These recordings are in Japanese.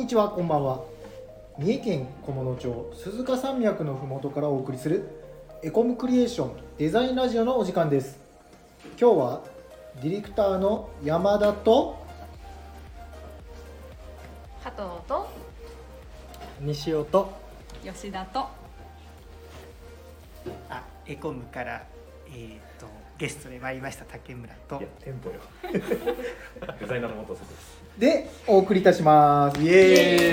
ちは、こんばんは。三重県菰野町鈴鹿山脈のふもとからお送りするエコムクリエーションデザインラジオのお時間です。今日はディレクターの山田と加藤と西尾と吉田とエコムから、ゲストで参りました竹村と。 いやテンポよデザイナーの元瀬ですでお送りいたします。イエーイ。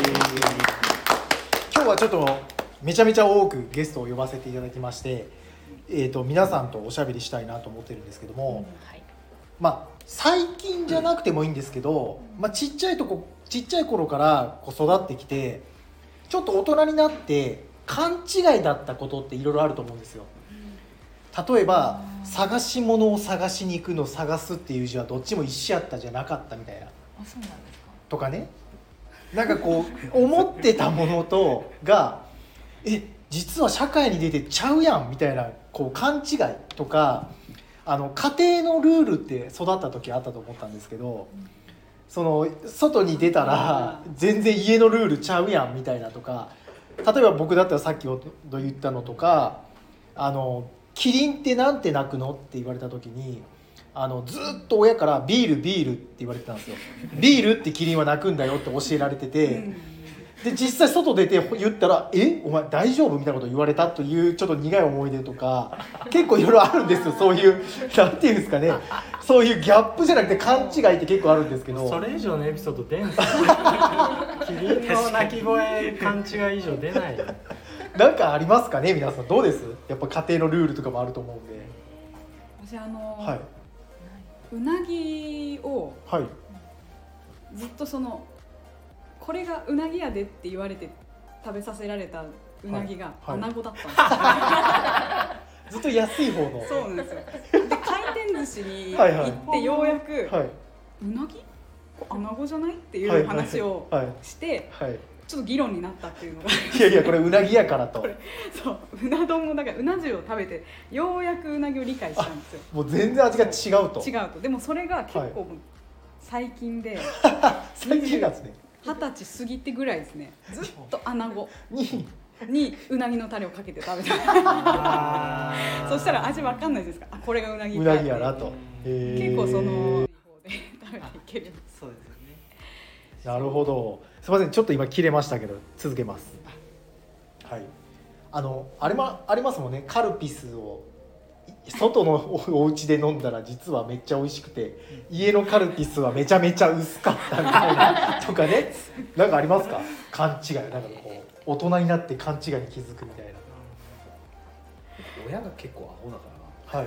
今日はちょっとめちゃめちゃ多くゲストを呼ばせていただきまして、皆さんとおしゃべりしたいなと思ってるんですけども、最近じゃなくてもいいんですけど、ちっちゃい頃からこう育ってきて、ちょっと大人になって勘違いだったことっていろいろあると思うんですよ。例えば探し物を探しに行くの探すっていう字はどっちも一緒やったじゃなかったみたいな。 あ、そうなんですか。 とかね、なんかこう思ってたものとが実は社会に出てちゃうやんみたいなこう勘違いとか、家庭のルールって育った時あったと思ったんですけど、その外に出たら全然家のルールちゃうやんみたいなとか、例えば僕だったらさっき言ったのとか、キリンってなんて鳴くのって言われた時にずっと親からビールって言われてたんですよ。ビールってキリンは鳴くんだよって教えられてて、で実際外出て言ったらお前大丈夫みたいなこと言われたというちょっと苦い思い出とか結構いろいろあるんですよ。そういうなんていうんですかね、そういうギャップじゃなくて勘違いって結構あるんですけど、 それ以上のエピソード出んすよキリンの鳴き声勘違い以上出ないよ。 なんかありますかね皆さん。どうです？やっぱ家庭のルールとかもあると思うんで。 私はい、 うなぎをはい、 ずっとこれがうなぎやでって言われて食べさせられたうなぎが穴子だったんですよ。 ずっと安い方の。 そうなんですよ。で回転寿司に行ってようやく、うなぎ穴子じゃないっていう話をして、ちょっと議論になったっていうのがいやこれうなぎやからと。 そううな丼もだからうな重を食べてようやくうなぎを理解したんですよ。 もう全然味が違うと。 でもそれが結構最近で最近なんですね。 20歳過ぎてぐらいですね。ずっと穴子にうなぎのタレをかけて食べてそしたら味わかんないですか。これがうなぎかうなぎやなと。 結構その方で食べていける。 そうですよね。 なるほど。すみません、ちょっと今切れましたけど続けます。はい。あれもありますもんね。カルピスを外のお家で飲んだら実はめっちゃ美味しくて、家のカルピスはめちゃめちゃ薄かったみたいなとかね。なんかありますか？勘違い、なんかこう大人になって勘違いに気づくみたいな。 親が結構アホだからはい。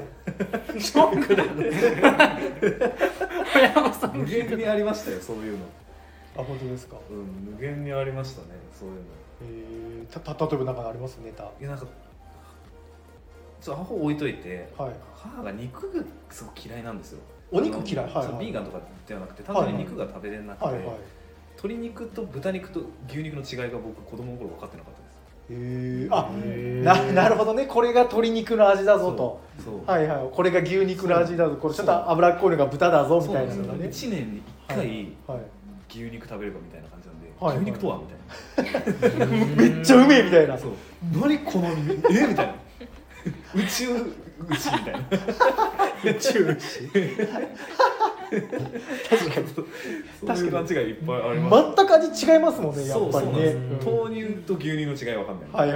ショックだよね。親も無限にありましたよ、そういうの。 あ、本当ですか？ 無限にありましたね、そういうの。 例えば何かあります？ネタ。 いや、なんかアホ置いといて、 はい、 母が肉がすごく嫌いなんですよ。 お肉嫌い？ ビーガンとかではなくて、単純に肉が食べれなくて、鶏肉と豚肉と牛肉の違いが僕子供の頃分かってなかったです。 なるほどね。これが鶏肉の味だぞと。 そうこれが牛肉の味だぞ。これちょっと脂っこいのが豚だぞみたいなのがね。 1年に1回牛肉食べればみたいな感じなんで、牛肉とはみたいな。 めっちゃうめえみたいな。 何このみたいな。宇宙牛みたいな。宇宙牛。確かに勘違いいっぱいあります。 全く味違いますもんね、やっぱりね。 豆乳と牛乳の違いわかんない。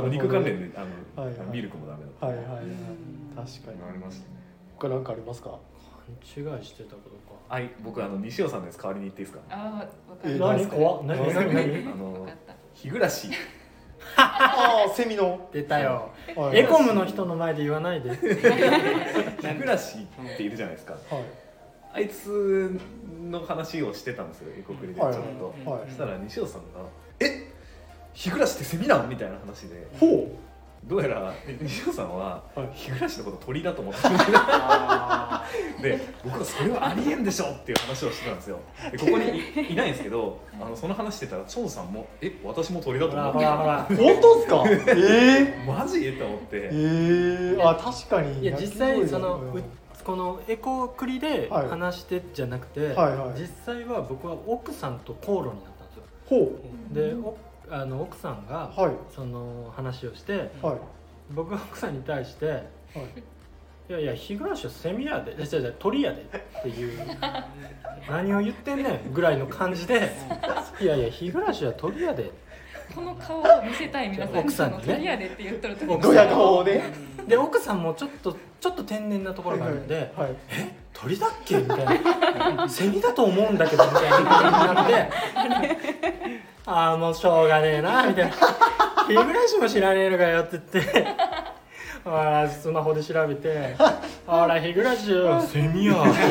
肉関連でミルクもダメだった。 確かにありましたね。 他何かありますか？ 勘違いしてたことか。 はい、僕西尾さんのやつ代わりに言っていいですか？ ああ、分かる。 何怖っ。何日暮らし。 セミの出たよ。エコムの人の前で言わないで。 日暮らしっているじゃないですか。あいつの話をしてたんですよ、エコクリでちょっと。そしたら西尾さんが日暮らしってセミなんみたいな話で。どうやら西尾さんは日暮のこと鳥だと思ってたで、僕はそれはありえんでしょっていう話をしてたんですよ。でここに いないんですけど、その話してたら張さんも私も鳥だと思ってた。 本当ですか？ マジと思って。 確かに。 いや実際このエコクリで話してじゃなくて、実際は僕は奥さんと口論になったんですよ。で奥さんがその話をして、僕が奥さんに対して、いやいや日暮はセミやで、じゃ鳥やでっていう何を言ってんねんぐらいの感じで、いやいや日暮は鳥やで、 この顔を見せたい皆さん、 奥さんにね、 鳥やでって言っとる時にドヤ顔をね、 で奥さんもちょっと天然なところがあるんで、え鳥だっけみたいな、セミだと思うんだけどみたいな感じになって、ああもうしょうがねえなみたいな、日暮も知らねえのかよって言って、スマホで調べて、あら日暮セミや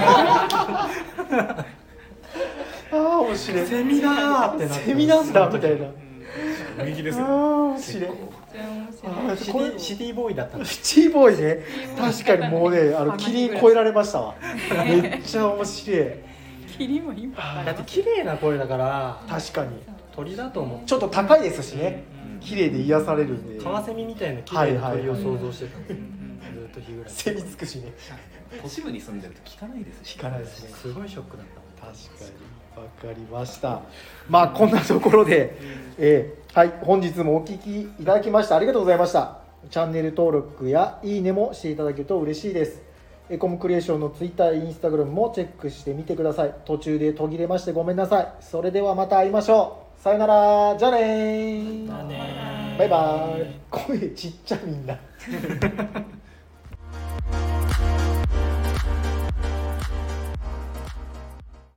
面白い、 セミだーってなって、 セミなんだみたいな、 右ですよ。 面白い。 シティボーイだった。 シティボーイね、確かにもうね、キリン超えられましたわ。めっちゃ面白い。 キリンもインパクトあります。 だって綺麗な声だから、 確かに鳥だと思って、 ちょっと高いですしね、綺麗で癒されるんで、 カワセミみたいな綺麗な鳥を想像してたんですよ。ずっと日暮らし。 セミつくしね。 都市部に住んでると聞かないですし。 聞かないですね。 すごいショックだった。 確かにわかりました。まあこんなところで、はい、本日もお聞きいただきましてありがとうございました。チャンネル登録やいいねもしていただけると嬉しいです。エコムクリエーションの Twitter、Instagram もチェックしてみてください。途中で途切れましてごめんなさい。それではまた会いましょう。さよなら。じゃあねー。バイバイ。声ちっちゃいみんな。